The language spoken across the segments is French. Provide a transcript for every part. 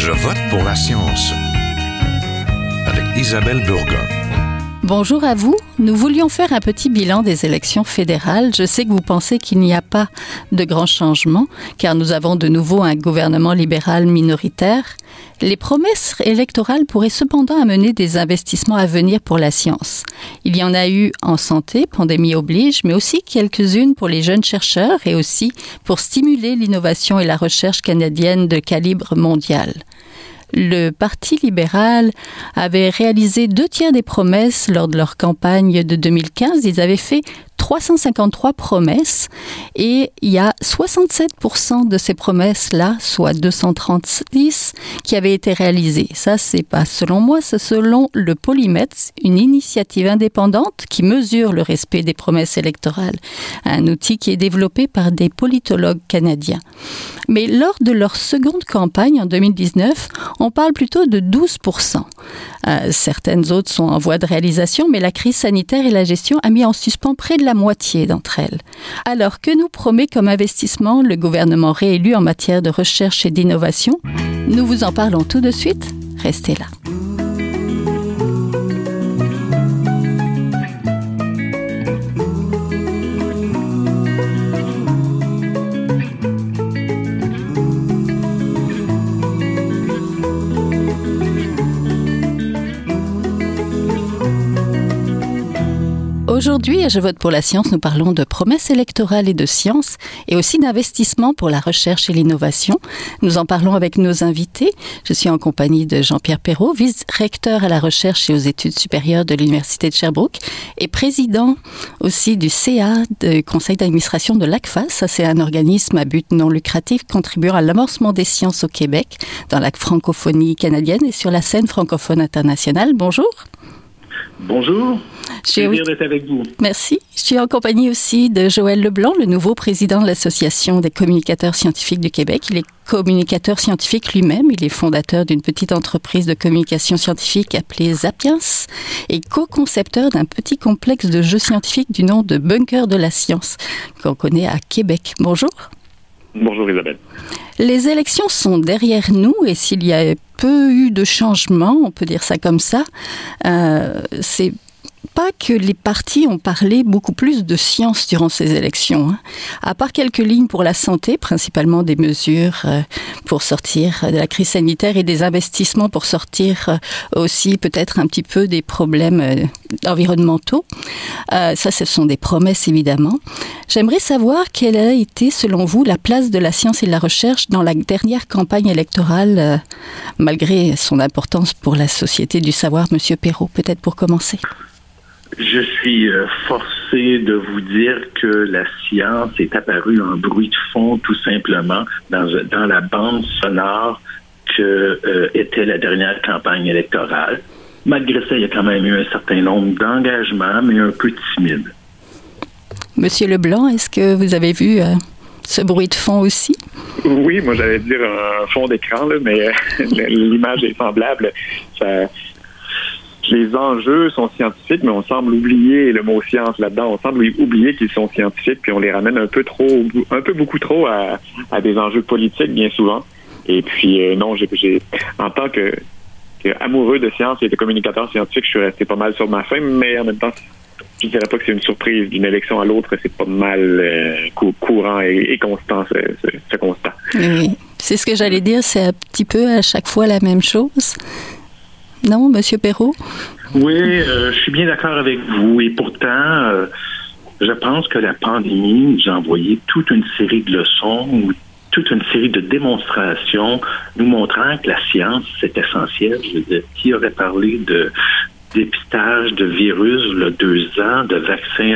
Je vote pour la science avec Isabelle Burgon. Bonjour à vous. Nous voulions faire un petit bilan des élections fédérales. Je sais que vous pensez qu'il n'y a pas de grands changements, car nous avons de nouveau un gouvernement libéral minoritaire. Les promesses électorales pourraient cependant amener des investissements à venir pour la science. Il y en a eu en santé, pandémie oblige, mais aussi quelques-unes pour les jeunes chercheurs et aussi pour stimuler l'innovation et la recherche canadienne de calibre mondial. Le Parti libéral avait réalisé 2/3 des promesses lors de leur campagne de 2015. Ils avaient fait 353 promesses et il y a 67% de ces promesses-là, soit 236, qui avaient été réalisées. Ça, c'est pas selon moi, c'est selon le Polymètre, une initiative indépendante qui mesure le respect des promesses électorales, un outil qui est développé par des politologues canadiens. Mais lors de leur seconde campagne en 2019, on parle plutôt de 12%. Certaines autres sont en voie de réalisation, mais la crise sanitaire et la gestion a mis en suspens près de la moitié d'entre elles. Alors, que nous promet comme investissement le gouvernement réélu en matière de recherche et d'innovation? Nous vous en parlons tout de suite. Restez là. Aujourd'hui, à Je vote pour la science, nous parlons de promesses électorales et de science et aussi d'investissement pour la recherche et l'innovation. Nous en parlons avec nos invités. Je suis en compagnie de Jean-Pierre Perrault, vice-recteur à la recherche et aux études supérieures de l'Université de Sherbrooke et président aussi du CA, du conseil d'administration de l'ACFAS. Ça, c'est un organisme à but non lucratif contribuant à l'amorcement des sciences au Québec, dans la francophonie canadienne et sur la scène francophone internationale. Bonjour. Bonjour. Plaisir d'être avec vous. Merci. Je suis en compagnie aussi de Joël Leblanc, le nouveau président de l'Association des communicateurs scientifiques du Québec. Il est communicateur scientifique lui-même. Il est fondateur d'une petite entreprise de communication scientifique appelée Zapiens et co-concepteur d'un petit complexe de jeux scientifiques du nom de Bunker de la Science qu'on connaît à Québec. Bonjour. Bonjour Isabelle. Les élections sont derrière nous et s'il y a peu eu de changements, on peut dire ça comme ça, c'est pas que les partis ont parlé beaucoup plus de science durant ces élections. À part quelques lignes pour la santé, principalement des mesures pour sortir de la crise sanitaire et des investissements pour sortir aussi peut-être un petit peu des problèmes environnementaux. Ça, ce sont des promesses évidemment. J'aimerais savoir quelle a été, selon vous, la place de la science et de la recherche dans la dernière campagne électorale, malgré son importance pour la société du savoir. Monsieur Perrault, peut-être pour commencer. Je suis forcé de vous dire que la science est apparue en bruit de fond, tout simplement, dans la bande sonore que était la dernière campagne électorale. Malgré ça, il y a quand même eu un certain nombre d'engagements, mais un peu timides. Monsieur Leblanc, est-ce que vous avez vu ce bruit de fond aussi? Oui, moi j'allais dire un fond d'écran, là, mais l'image est semblable. Les enjeux sont scientifiques, mais on semble oublier le mot science là-dedans. On semble oublier qu'ils sont scientifiques, puis on les ramène un peu beaucoup trop à des enjeux politiques bien souvent. Et puis non, j'ai en tant que amoureux de science et de communicateur scientifique, je suis resté pas mal sur ma faim, mais en même temps, je dirais pas que c'est une surprise d'une élection à l'autre, c'est pas mal courant et constant ce constat. Oui, c'est ce que j'allais dire, c'est un petit peu à chaque fois la même chose. Non, Monsieur Perrault? Oui, je suis bien d'accord avec vous. Et pourtant, je pense que la pandémie nous a envoyé toute une série de leçons, toute une série de démonstrations nous montrant que la science, c'est essentiel. Je veux dire, qui aurait parlé de dépistage de virus il y a 2 ans, de vaccins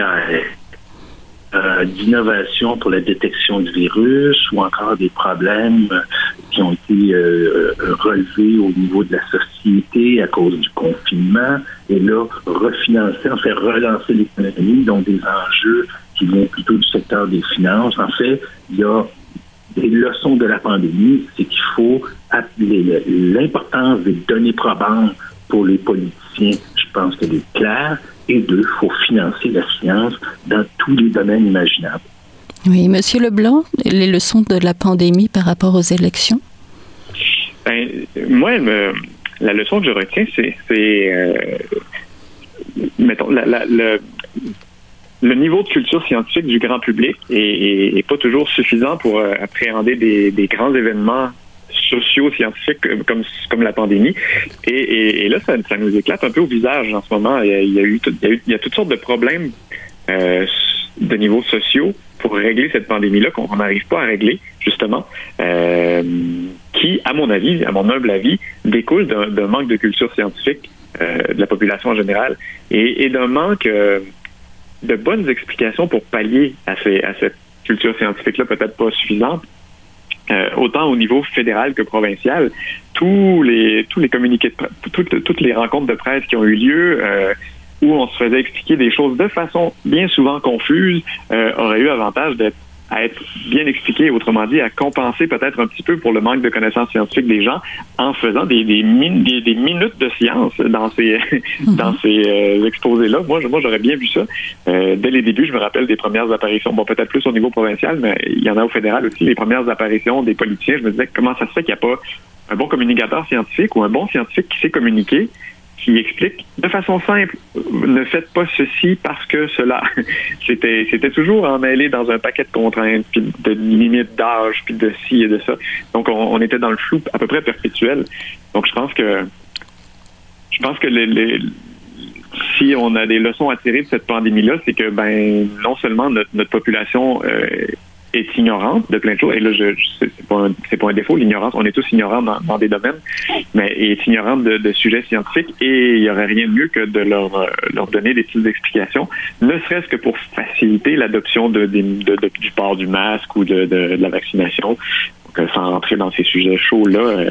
d'innovation pour la détection du virus ou encore des problèmes qui ont été relevés au niveau de la société à cause du confinement et là, relancer l'économie, donc des enjeux qui viennent plutôt du secteur des finances. En fait, il y a des leçons de la pandémie, c'est qu'il faut appeler l'importance des données probantes pour les politiciens. Je pense qu'elle est claire. Et 2, il faut financer la science dans tous les domaines imaginables. Oui, Monsieur Leblanc, les leçons de la pandémie par rapport aux élections? Moi, la leçon que je retiens, c'est mettons, le niveau de culture scientifique du grand public est pas toujours suffisant pour appréhender des grands événements socio-scientifiques comme la pandémie. Et là, ça nous éclate un peu au visage en ce moment. Il y a toutes sortes de problèmes de niveaux sociaux pour régler cette pandémie-là qu'on n'arrive pas à régler, justement, qui, à mon humble avis, découle d'un manque de culture scientifique de la population en général et d'un manque de bonnes explications pour pallier à cette culture scientifique-là peut-être pas suffisante. Autant au niveau fédéral que provincial, tous les communiqués de presse, toutes les rencontres de presse qui ont eu lieu où on se faisait expliquer des choses de façon bien souvent confuse auraient eu avantage à être bien expliquées, autrement dit, à compenser peut-être un petit peu pour le manque de connaissances scientifiques des gens en faisant des minutes de science dans ces exposés-là. Moi, j'aurais bien vu ça. Dès les débuts, je me rappelle des premières apparitions, bon, peut-être plus au niveau provincial, mais il y en a au fédéral aussi, les premières apparitions des politiciens. Je me disais, comment ça se fait qu'il n'y a pas un bon communicateur scientifique ou un bon scientifique qui sait communiquer, qui explique de façon simple, ne faites pas ceci parce que cela. C'était toujours emmêlé dans un paquet de contraintes, puis de limites d'âge, puis de ci et de ça. Donc, on était dans le flou à peu près perpétuel. Donc, je pense que si on a des leçons à tirer de cette pandémie-là, c'est que, non seulement notre population est ignorante de plein de choses, et là, c'est pas un défaut, l'ignorance, on est tous ignorants dans des domaines, mais est ignorante de sujets scientifiques, et il y aurait rien de mieux que de leur donner des petites explications, ne serait-ce que pour faciliter l'adoption du port du masque ou de la vaccination. Donc, sans rentrer dans ces sujets chauds-là,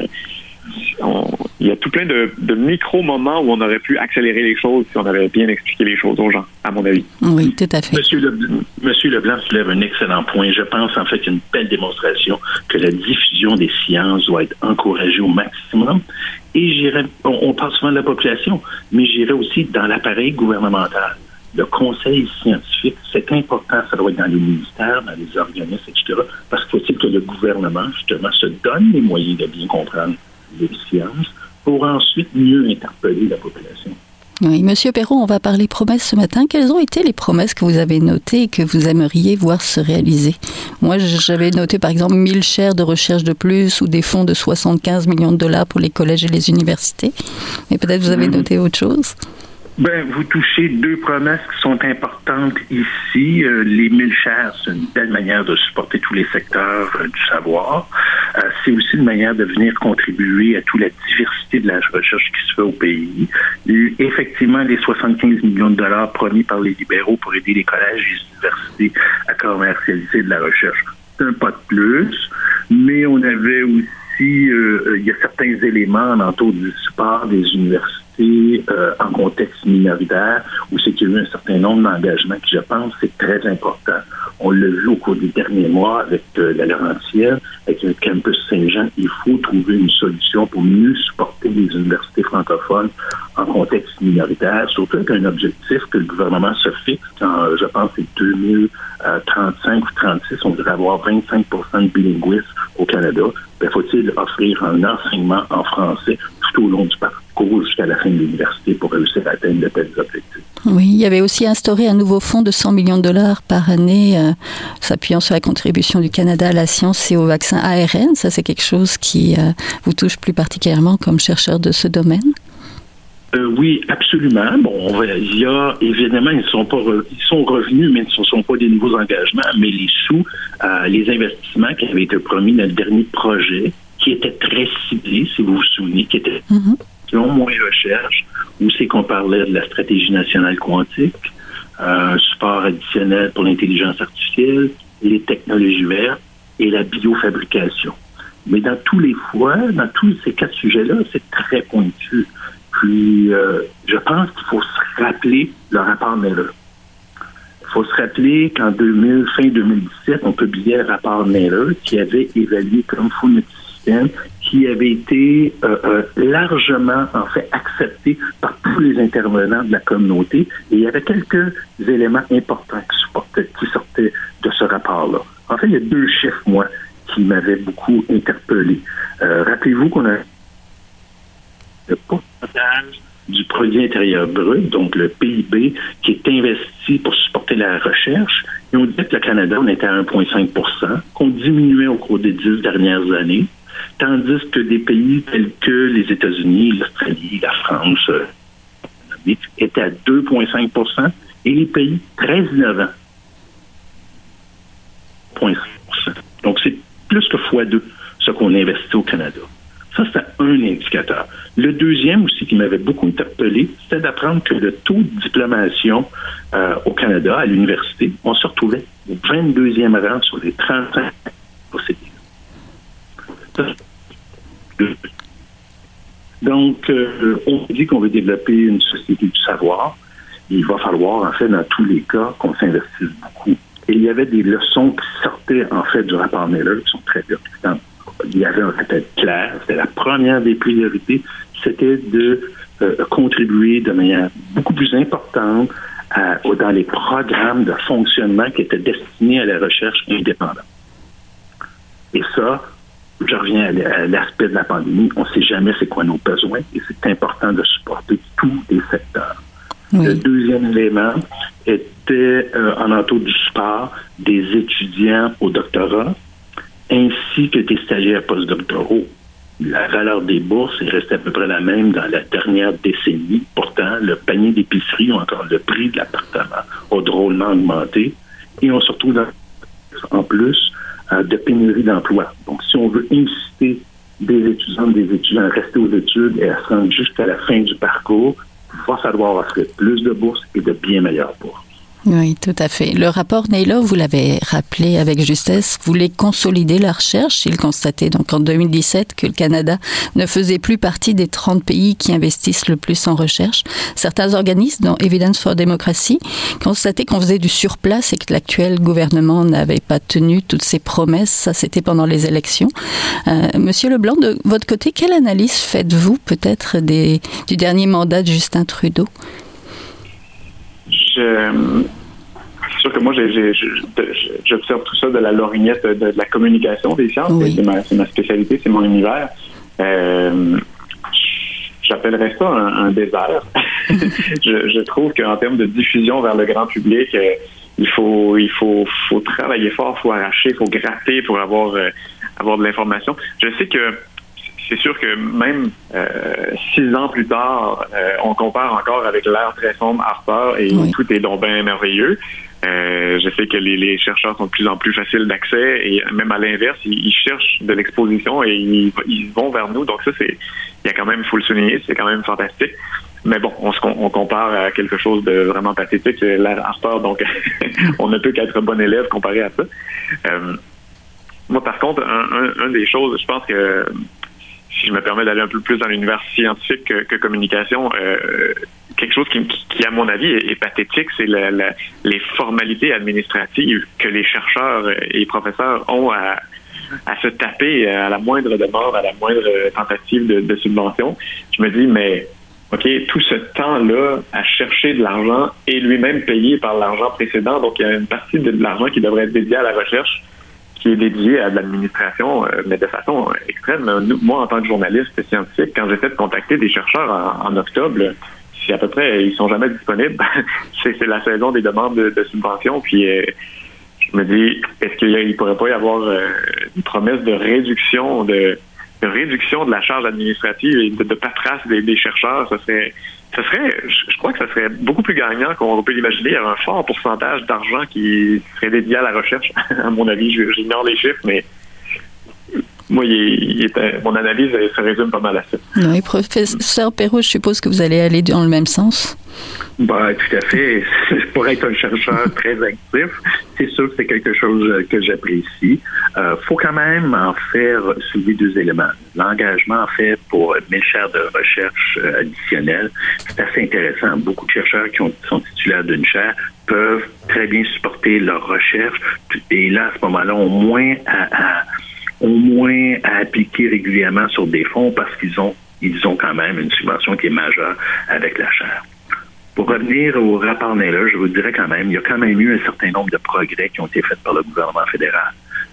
il y a tout plein de micro-moments où on aurait pu accélérer les choses si on avait bien expliqué les choses aux gens, à mon avis. Oui, tout à fait. Monsieur Leblanc soulève un excellent point. Je pense en fait une belle démonstration que la diffusion des sciences doit être encouragée au maximum. Et on parle souvent de la population, mais j'irais aussi dans l'appareil gouvernemental. Le conseil scientifique, c'est important, ça doit être dans les ministères, dans les organismes, etc. Parce qu'il faut que le gouvernement, justement, se donne les moyens de bien comprendre les sciences pour ensuite mieux interpeller la population. Oui, Monsieur Perron, on va parler promesses ce matin. Quelles ont été les promesses que vous avez notées et que vous aimeriez voir se réaliser? Moi, j'avais noté par exemple 1000 chaires de recherche de plus ou des fonds de 75 millions de dollars pour les collèges et les universités. Mais peut-être vous avez noté autre chose? Vous touchez deux promesses qui sont importantes ici. Les 1000 chaires, c'est une belle manière de supporter tous les secteurs du savoir. C'est aussi une manière de venir contribuer à toute la diversité de la recherche qui se fait au pays. Effectivement, les 75 millions de dollars promis par les libéraux pour aider les collèges et les universités à commercialiser de la recherche, c'est un pas de plus. Mais on avait aussi, il y a certains éléments autour du support des universités en contexte minoritaire, où c'est qu'il y a eu un certain nombre d'engagements qui, je pense, c'est très important. On l'a vu au cours des derniers mois avec la Laurentienne, avec le campus Saint-Jean. Il faut trouver une solution pour mieux supporter les universités francophones en contexte minoritaire, surtout avec un objectif que le gouvernement se fixe. Je pense que c'est 2035 ou 36, on devrait avoir 25% de bilinguisme au Canada. Faut-il offrir un enseignement en français tout au long du parcours jusqu'à la fin de l'université pour réussir à atteindre de tels objectifs? Oui, il y avait aussi instauré un nouveau fonds de 100 millions de dollars par année, s'appuyant sur la contribution du Canada à la science et au vaccin ARN. Ça, c'est quelque chose qui vous touche plus particulièrement comme chercheur de ce domaine? Oui, absolument. Il y a évidemment, ils sont revenus, mais ce ne sont pas des nouveaux engagements, mais les sous, les investissements qui avaient été promis dans le dernier projet, qui était très ciblé, si vous vous souvenez, qui était moins recherche, où c'est qu'on parlait de la stratégie nationale quantique, un support additionnel pour l'intelligence artificielle, les technologies vertes et la biofabrication. Mais dans tous ces 4 sujets-là, c'est très pointu. Puis, je pense qu'il faut se rappeler le rapport Naylor. Il faut se rappeler qu'en fin 2017, on publiait le rapport Naylor qui avait évalué comme fou notre système, qui avait été largement, en fait, accepté par tous les intervenants de la communauté. Et il y avait quelques éléments importants qui sortaient de ce rapport-là. En fait, il y a 2 chiffres, moi, qui m'avait beaucoup interpellé. Rappelez-vous qu'on a le pourcentage du produit intérieur brut, donc le PIB, qui est investi pour supporter la recherche. Et on dit que le Canada, on était à 1,5 %, qu'on diminuait au cours des 10 dernières années, tandis que des pays tels que les États-Unis, l'Australie, la France, étaient à 2,5 % et les pays très innovants, 0,5 %. Donc, c'est plus que x2 ce qu'on investit au Canada. Ça, c'est un indicateur. Le deuxième aussi qui m'avait beaucoup interpellé, c'était d'apprendre que le taux de diplomation au Canada, à l'université, on se retrouvait au 22e rang sur les 35 procédés. Donc, on dit qu'on veut développer une société du savoir. Il va falloir, en fait, dans tous les cas, qu'on s'investisse beaucoup. Et il y avait des leçons qui sortaient, en fait, du rapport Miller, qui sont très pertinentes. Il y avait un rappel clair. C'était la première des priorités. C'était de contribuer de manière beaucoup plus importante dans les programmes de fonctionnement qui étaient destinés à la recherche indépendante. Et ça, je reviens à l'aspect de la pandémie. On ne sait jamais c'est quoi nos besoins et c'est important de supporter tous les secteurs. Oui. Le deuxième élément était en entour du support des étudiants au doctorat ainsi que des stagiaires postdoctoraux. La valeur des bourses est restée à peu près la même dans la dernière décennie. Pourtant, le panier d'épicerie ou encore le prix de l'appartement a drôlement augmenté et on se retrouve en plus de pénurie d'emploi. Donc, si on veut inciter des étudiants à rester aux études et à se rendre jusqu'à la fin du parcours, il va falloir offrir plus de bourses et de bien meilleures bourses. Oui, tout à fait. Le rapport Naylor, vous l'avez rappelé avec justesse, voulait consolider la recherche. Il constatait donc en 2017 que le Canada ne faisait plus partie des 30 pays qui investissent le plus en recherche. Certains organismes, dont Evidence for Democracy, constataient qu'on faisait du surplace et que l'actuel gouvernement n'avait pas tenu toutes ses promesses. Ça, c'était pendant les élections. Monsieur Leblanc, de votre côté, quelle analyse faites-vous peut-être du dernier mandat de Justin Trudeau? C'est sûr que moi, j'observe tout ça de la lorgnette de la communication des sciences. Oui. C'est ma spécialité, c'est mon univers. J'appellerais ça un désert. je trouve qu'en termes de diffusion vers le grand public, il faut travailler fort, il faut arracher, il faut gratter pour avoir de l'information. Je sais que c'est sûr que même 6 ans plus tard, on compare encore avec l'ère très sombre Harper et oui. Tout est donc bien merveilleux. Je sais que les chercheurs sont de plus en plus faciles d'accès et même à l'inverse, ils cherchent de l'exposition et ils vont vers nous. Donc ça, il y a quand même, il faut le souligner, c'est quand même fantastique. Mais bon, on compare à quelque chose de vraiment pathétique, c'est l'ère Harper, donc on ne peut qu'être bon élève comparé à ça. Moi, par contre, un des choses, je pense que si je me permets d'aller un peu plus dans l'univers scientifique que communication, quelque chose qui à mon avis, est pathétique, c'est les formalités administratives que les chercheurs et professeurs ont à se taper à la moindre demande, à la moindre tentative de subvention. Je me dis, mais OK, tout ce temps-là à chercher de l'argent est lui-même payé par l'argent précédent, donc il y a une partie de l'argent qui devrait être dédiée à la recherche qui est dédié à de l'administration, mais de façon extrême. Moi, en tant que journaliste scientifique, quand j'essaie de contacter des chercheurs en octobre, si à peu près ils sont jamais disponibles, c'est la saison des demandes de subventions. Puis je me dis, est-ce qu'il ne pourrait pas y avoir une promesse de réduction de la charge administrative et de paperasse des chercheurs? Je crois que ça serait beaucoup plus gagnant qu'on peut l'imaginer. Il y a un fort pourcentage d'argent qui serait dédié à la recherche. À mon avis, j'ignore les chiffres, mais moi, mon analyse se résume pas mal à ça. Oui, professeur Perrault, je suppose que vous allez aller dans le même sens. Ben, tout à fait. Pour être un chercheur très actif, c'est sûr que c'est quelque chose que j'apprécie. Faut quand même en faire soulever 2 éléments. L'engagement, en fait, pour 1000 chaires de recherche additionnelles, c'est assez intéressant. Beaucoup de chercheurs qui sont titulaires d'une chaire peuvent très bien supporter leur recherche. Et là, à ce moment-là, au moins à appliquer régulièrement sur des fonds parce qu'ils ont quand même une subvention qui est majeure avec la chaire. Pour revenir au rapport Naylor, je vous dirais quand même, il y a quand même eu un certain nombre de progrès qui ont été faits par le gouvernement fédéral.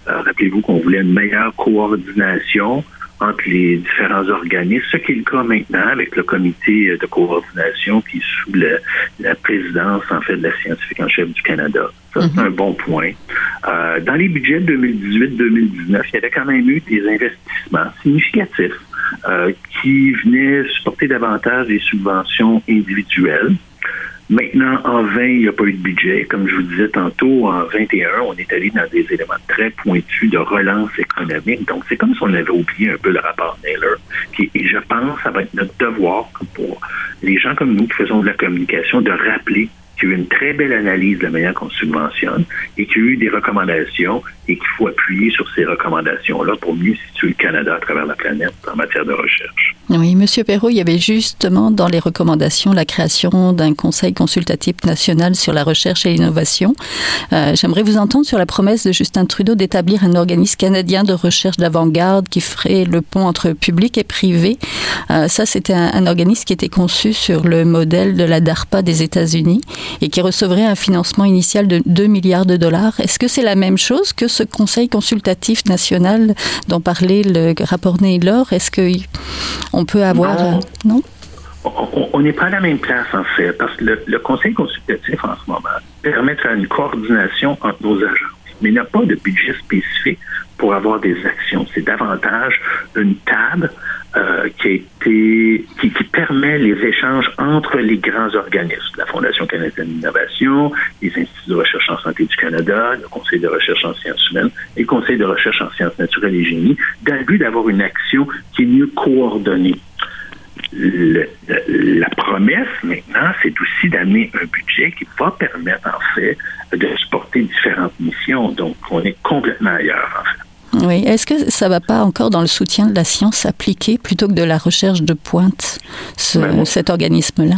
Rappelez-vous qu'on voulait une meilleure coordination entre les différents organismes, ce qui est le cas maintenant avec le comité de coordination qui est sous la présidence, en fait, de la scientifique en chef du Canada. Ça, c'est un bon point. Dans les budgets 2018-2019, il y avait quand même eu des investissements significatifs qui venaient supporter davantage des subventions individuelles. Maintenant, en 20, il n'y a pas eu de budget. Comme je vous disais tantôt, en 21, on est allé dans des éléments très pointus de relance économique. Donc, c'est comme si on avait oublié un peu le rapport Naylor. Et je pense que ça va être notre devoir pour les gens comme nous qui faisons de la communication de rappeler qu'il y a eu une très belle analyse de la manière qu'on subventionne et qu'il y a eu des recommandations et qu'il faut appuyer sur ces recommandations-là pour mieux situer le Canada à travers la planète en matière de recherche. Oui, M. Perrault, il y avait justement dans les recommandations la création d'un conseil consultatif national sur la recherche et l'innovation. J'aimerais vous entendre sur la promesse de Justin Trudeau d'établir un organisme canadien de recherche d'avant-garde qui ferait le pont entre public et privé. Ça, c'était un organisme qui était conçu sur le modèle de la DARPA des États-Unis et qui recevrait un financement initial de 2 milliards de dollars. Est-ce que c'est la même chose que ce conseil consultatif national dont parlait le rapport Naylor? Est-ce qu'on peut avoir... Non? On n'est pas à la même place, en fait, parce que le conseil consultatif, en ce moment, permet de faire une coordination entre nos agences, mais il n'a pas de budget spécifique pour avoir des actions. C'est davantage une table qui permet les échanges entre les grands organismes. La Fondation canadienne d'innovation, les instituts de recherche en santé du Canada, le Conseil de recherche en sciences humaines et le Conseil de recherche en sciences naturelles et génie, dans le but d'avoir une action qui est mieux coordonnée. La promesse, maintenant, c'est aussi d'amener un budget qui va permettre, en fait, de supporter différentes missions. Donc, on est complètement ailleurs, en fait. Oui. Est-ce que ça ne va pas encore dans le soutien de la science appliquée plutôt que de la recherche de pointe, cet organisme-là?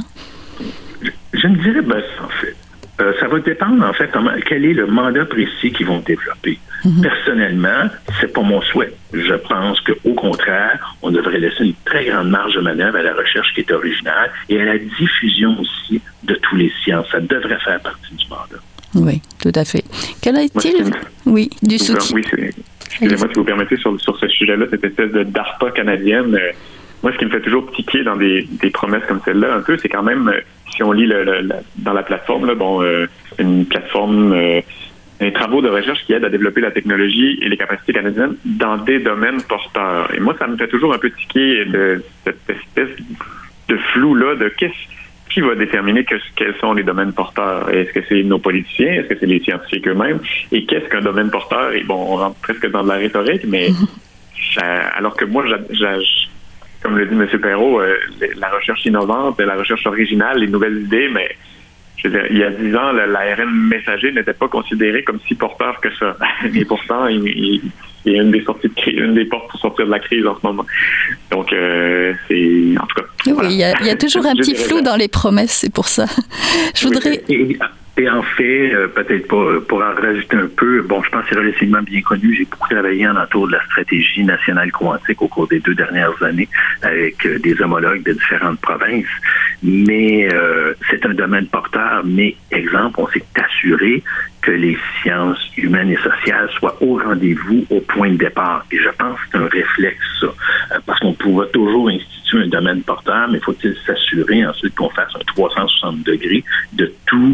Je ne dirais pas ça, en fait. Ça va dépendre, en fait, quel est le mandat précis qu'ils vont développer. Personnellement, c'est pas mon souhait. Je pense qu'au contraire, on devrait laisser une très grande marge de manœuvre à la recherche qui est originale et à la diffusion aussi de tous les sciences. Ça devrait faire partie du mandat. Oui, tout à fait. Quel est-il? Oui, du soutien. Oui, excusez-moi, si vous permettez, sur ce sujet-là, cette espèce de DARPA canadienne, moi, ce qui me fait toujours tiquer dans des promesses comme celle-là, un peu, c'est quand même, si on lit dans la plateforme, là, une plateforme, des travaux de recherche qui aident à développer la technologie et les capacités canadiennes dans des domaines porteurs. Et moi, ça me fait toujours un peu tiquer de cette espèce de flou-là de qui va déterminer quels sont les domaines porteurs? Est-ce que c'est nos politiciens? Est-ce que c'est les scientifiques eux-mêmes? Et qu'est-ce qu'un domaine porteur? Et bon, on rentre presque dans de la rhétorique, mais alors que moi, comme le dit M. Perrault, la recherche innovante, la recherche originale, les nouvelles idées, mais je veux dire, il y a 10 ans, l'ARN messager n'était pas considéré comme si porteur que ça. Et pourtant, il y a une des portes pour sortir de la crise en ce moment. Donc, c'est... En tout cas... Oui, voilà. il y a toujours un petit flou dans les promesses, c'est pour ça. Je voudrais... Et en fait, peut-être pour en rajouter un peu, bon, je pense que c'est relativement bien connu. J'ai beaucoup travaillé en entour de la stratégie nationale quantique au cours des 2 dernières années avec des homologues de différentes provinces. Mais c'est un domaine porteur. Mais, exemple, on s'est assuré que les sciences humaines et sociales soient au rendez-vous au point de départ. Et je pense que c'est un réflexe, ça. Parce qu'on pourra toujours instituer un domaine porteur, mais faut-il s'assurer ensuite qu'on fasse un 360 degrés de tous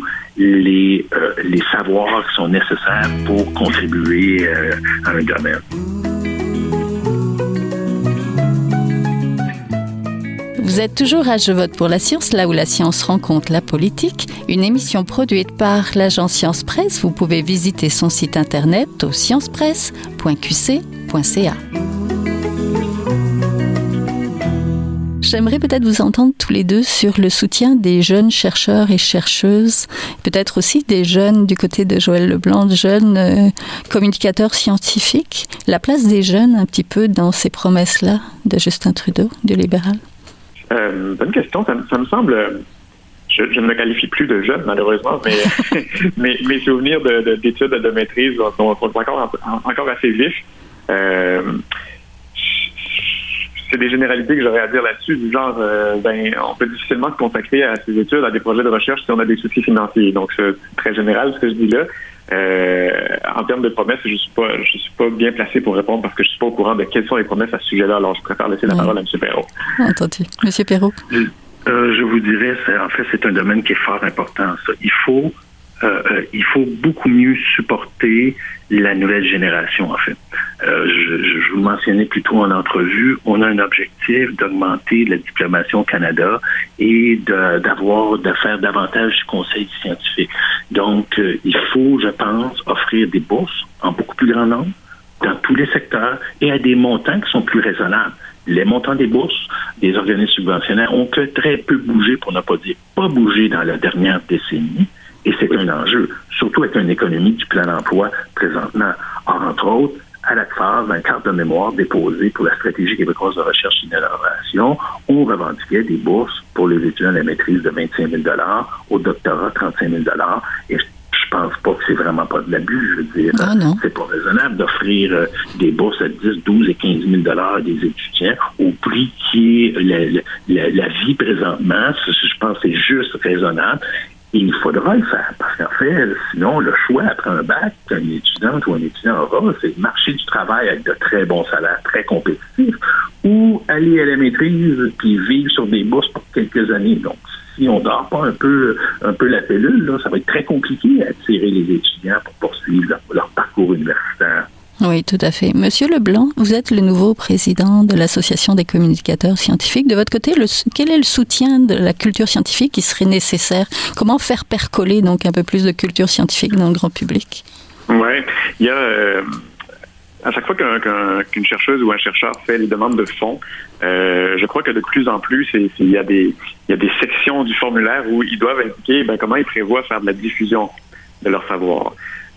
les savoirs qui sont nécessaires pour contribuer à un domaine. Vous êtes toujours à Je vote pour la science, là où la science rencontre la politique, une émission produite par l'agence Science Presse. Vous pouvez visiter son site internet au sciencepresse.qc.ca. J'aimerais peut-être vous entendre tous les deux sur le soutien des jeunes chercheurs et chercheuses, peut-être aussi des jeunes du côté de Joël Leblanc, de jeunes communicateurs scientifiques. La place des jeunes un petit peu dans ces promesses-là de Justin Trudeau, du libéral. Bonne question. Ça me semble... Je ne me qualifie plus de jeune, malheureusement, mais mes souvenirs d'études de maîtrise sont encore assez vifs. C'est des généralités que j'aurais à dire là-dessus, du genre, on peut difficilement se consacrer à ces études, à des projets de recherche si on a des soucis financiers. Donc, c'est très général ce que je dis là. En termes de promesses, je suis pas bien placé pour répondre parce que je suis pas au courant de quelles sont les promesses à ce sujet-là. Alors, je préfère laisser la parole à M. Perrault. Entendu. M. Perrault. Je vous dirais, c'est un domaine qui est fort important. Ça. Il faut beaucoup mieux supporter la nouvelle génération, en fait. Je vous le mentionnais plus tôt en entrevue, on a un objectif d'augmenter la diplomation au Canada et de faire davantage du conseil scientifique. Donc, il faut, je pense, offrir des bourses en beaucoup plus grand nombre dans tous les secteurs et à des montants qui sont plus raisonnables. Les montants des bourses des organismes subventionnaires ont que très peu bougé, pour ne pas dire pas bougé dans la dernière décennie. Et c'est un enjeu, surtout avec une économie du plein emploi présentement. Or, entre autres, à la phase d'un cadre de mémoire déposé pour la stratégie québécoise de recherche et d'innovation, on revendiquait des bourses pour les étudiants de la maîtrise de 25 000 $, au doctorat 35 000 $. Et je pense pas que c'est vraiment pas de l'abus. Je veux dire, c'est pas raisonnable d'offrir des bourses à 10, 12 et 15 000 $ à des étudiants au prix qui est la vie présentement. Je pense que c'est juste raisonnable. Il faudra le faire, parce qu'en fait, sinon, le choix après un bac qu'un étudiante ou un étudiant aura, c'est marcher du travail avec de très bons salaires, très compétitifs, ou aller à la maîtrise puis vivre sur des bourses pour quelques années. Donc, si on ne dort pas un peu la pilule, là, ça va être très compliqué à attirer les étudiants pour poursuivre leur parcours universitaire. Oui, tout à fait. Monsieur Leblanc, vous êtes le nouveau président de l'Association des communicateurs scientifiques. De votre côté, quel est le soutien de la culture scientifique qui serait nécessaire? Comment faire percoler donc un peu plus de culture scientifique dans le grand public? Oui, il y a à chaque fois qu'une chercheuse ou un chercheur fait les demandes de fonds, je crois que de plus en plus, il y a des sections du formulaire où ils doivent indiquer comment ils prévoient faire de la diffusion de leur savoir.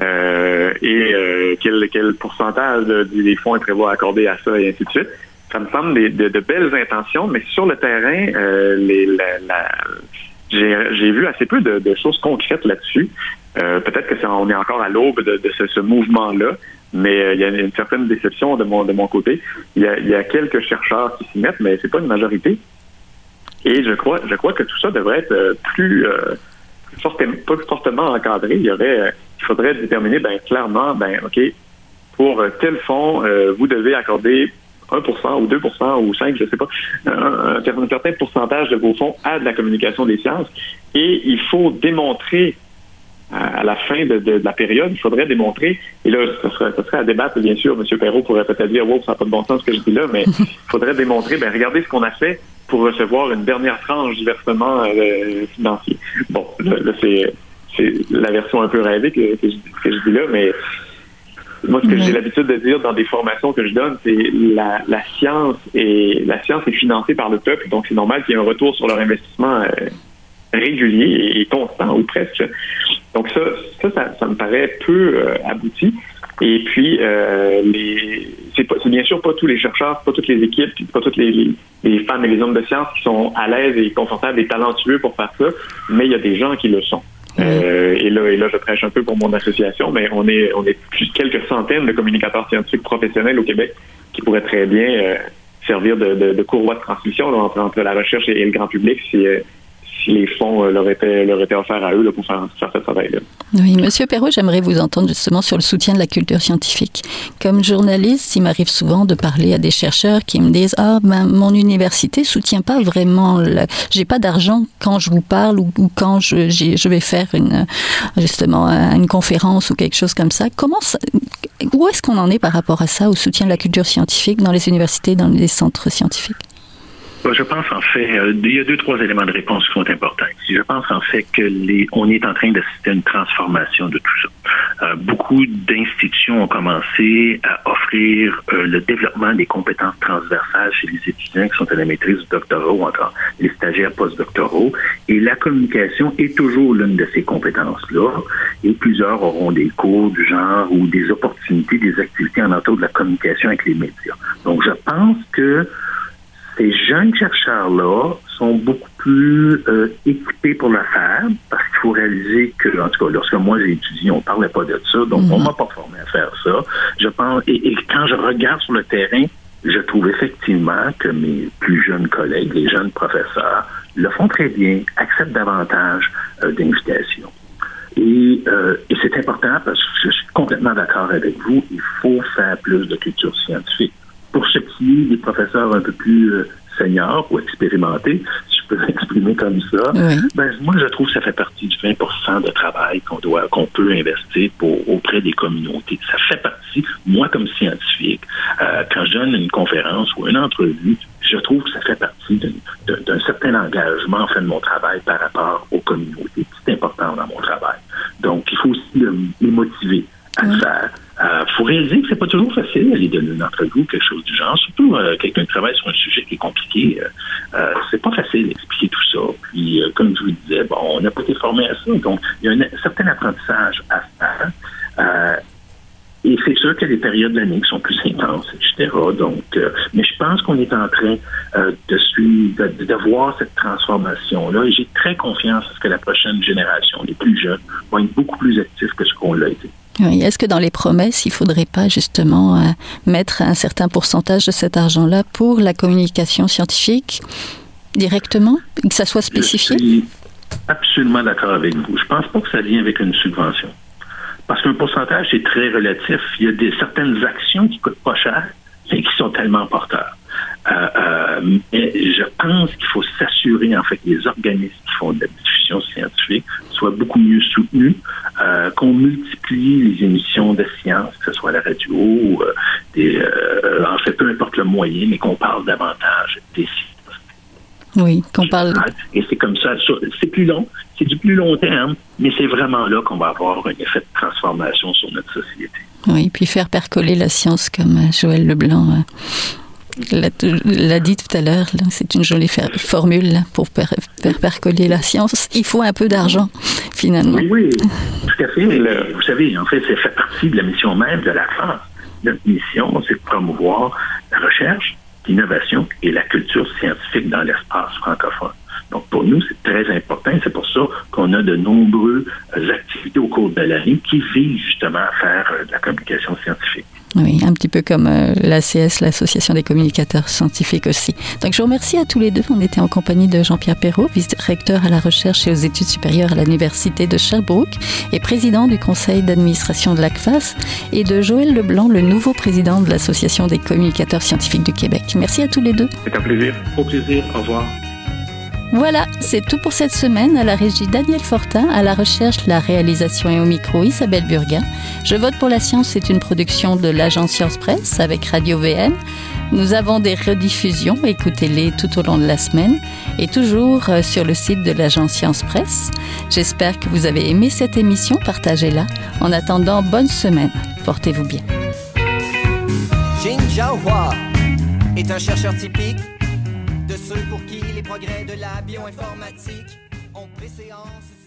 Quel pourcentage des fonds ils prévoient accorder à ça et ainsi de suite. Ça me semble de belles intentions, mais sur le terrain, j'ai vu assez peu de choses concrètes là-dessus. Peut-être que on est encore à l'aube de ce mouvement-là, mais il y a une certaine déception de mon côté. Il y a quelques chercheurs qui s'y mettent, mais c'est pas une majorité. Et je crois que tout ça devrait être plus fortement encadré. Il faudrait déterminer clairement, OK, pour tel fonds, vous devez accorder 1% ou 2% ou 5%, je ne sais pas, un certain pourcentage de vos fonds à de la communication des sciences. Et il faut démontrer à la fin de la période, il faudrait démontrer, et là, ça serait à débattre, bien sûr, M. Perrault pourrait peut-être dire, wow, ça n'a pas de bon sens ce que je dis là, mais il faudrait démontrer, regardez ce qu'on a fait pour recevoir une dernière tranche du versement financier. Bon, là, c'est la version un peu rêvée que je dis là, mais moi, ce que j'ai l'habitude de dire dans des formations que je donne, c'est la science est financée par le peuple, donc c'est normal qu'il y ait un retour sur leur investissement régulier et constant, ou presque. Donc ça me paraît peu abouti. Et puis, c'est bien sûr pas tous les chercheurs, pas toutes les équipes, pas toutes les femmes et les hommes de science qui sont à l'aise et confortables et talentueux pour faire ça, mais il y a des gens qui le sont. Et là, je prêche un peu pour mon association, mais on est plus de quelques centaines de communicateurs scientifiques professionnels au Québec qui pourraient très bien servir de courroie de transmission là, entre la recherche et le grand public si les fonds leur étaient offerts à eux là, pour faire ce travail-là. Oui, Monsieur Perrault, j'aimerais vous entendre justement sur le soutien de la culture scientifique. Comme journaliste, il m'arrive souvent de parler à des chercheurs qui me disent « Ah, mon université soutient pas vraiment, j'ai pas d'argent quand je vous parle ou quand je vais faire une conférence ou quelque chose comme ça. » Où est-ce qu'on en est par rapport à ça, au soutien de la culture scientifique dans les universités, dans les centres scientifiques? Je pense en fait, il y a 2-3 éléments de réponse qui sont importants. Je pense en fait que on est en train d'assister à une transformation de tout ça. Beaucoup d'institutions ont commencé à offrir le développement des compétences transversales chez les étudiants qui sont à la maîtrise du doctorat ou encore les stagiaires postdoctoraux. Et la communication est toujours l'une de ces compétences-là. Et plusieurs auront des cours du genre ou des opportunités, des activités en entour de la communication avec les médias. Donc, je pense que ces jeunes chercheurs-là sont beaucoup plus équipés pour le faire, parce qu'il faut réaliser que, en tout cas, lorsque moi j'ai étudié, on ne parlait pas de ça, donc on m'a pas formé à faire ça. Je pense, et quand je regarde sur le terrain, je trouve effectivement que mes plus jeunes collègues, les jeunes professeurs, le font très bien, acceptent davantage d'invitations. Et c'est important parce que je suis complètement d'accord avec vous. Il faut faire plus de culture scientifique. Pour ce qui est des professeurs un peu plus seniors ou expérimentés, si je peux m'exprimer comme ça, oui. Moi, je trouve que ça fait partie du 20% de travail qu'on peut investir auprès des communautés. Ça fait partie, moi, comme scientifique, quand je donne une conférence ou une entrevue, je trouve que ça fait partie d'un certain engagement, en fait, de mon travail par rapport aux communautés. C'est important dans mon travail. Donc, il faut aussi les motiver à le faire. Faut réaliser que c'est pas toujours facile d'aller donner une entrevue ou quelque chose du genre. Surtout quelqu'un qui travaille sur un sujet qui est compliqué. C'est pas facile d'expliquer tout ça. Puis, comme je vous disais, on n'a pas été formé à ça. Donc, il y a un certain apprentissage à faire. Et c'est sûr qu'il y a des périodes de l'année qui sont plus intenses, etc. Donc, mais je pense qu'on est en train de voir cette transformation-là. Et j'ai très confiance à ce que la prochaine génération, les plus jeunes, vont être beaucoup plus actifs que ce qu'on l'a été. Oui. Est-ce que dans les promesses, il ne faudrait pas justement mettre un certain pourcentage de cet argent-là pour la communication scientifique directement, que ça soit spécifié? Je suis absolument d'accord avec vous. Je ne pense pas que ça vient avec une subvention. Parce qu'un pourcentage, c'est très relatif. Il y a certaines actions qui ne coûtent pas cher, mais qui sont tellement porteurs. Mais je pense qu'il faut s'assurer, en fait, que les organismes qui font de la diffusion scientifique soient beaucoup mieux soutenus, qu'on multiplie les émissions de science, que ce soit à la radio ou en fait, peu importe le moyen, mais qu'on parle davantage des sciences. Oui, qu'on parle. Et c'est comme ça. C'est plus long, c'est du plus long terme, mais c'est vraiment là qu'on va avoir un effet de transformation sur notre société. Oui, puis faire percoler la science, comme Joël Leblanc l'a dit tout à l'heure. Là, c'est une jolie formule là, pour faire percoler la science. Il faut un peu d'argent, finalement. Oui, tout à fait. Vous savez, en fait, ça fait partie de la mission même de la France. Notre mission, c'est de promouvoir la recherche, l'innovation et la culture scientifique dans l'espace francophone. Donc, pour nous, c'est très important. C'est pour ça qu'on a de nombreuses activités au cours de l'année qui visent justement à faire de la communication scientifique. Oui, un petit peu comme l'ACS, l'Association des communicateurs scientifiques aussi. Donc, je vous remercie à tous les deux. On était en compagnie de Jean-Pierre Perrault, vice-recteur à la recherche et aux études supérieures à l'Université de Sherbrooke et président du conseil d'administration de l'ACFAS, et de Joël Leblanc, le nouveau président de l'Association des communicateurs scientifiques du Québec. Merci à tous les deux. C'est un plaisir. Au plaisir. Au revoir. Voilà, c'est tout pour cette semaine. À la régie, Daniel Fortin, à la recherche, la réalisation et au micro, Isabelle Burguin. Je vote pour la science, c'est une production de l'agence Science Presse avec Radio VM. Nous avons des rediffusions, écoutez-les tout au long de la semaine et toujours sur le site de l'agence Science Presse. J'espère que vous avez aimé cette émission, partagez-la. En attendant, bonne semaine. Portez-vous bien. Jin Jiahua est un chercheur typique de ceux pour qui les progrès de la bioinformatique ont préséance.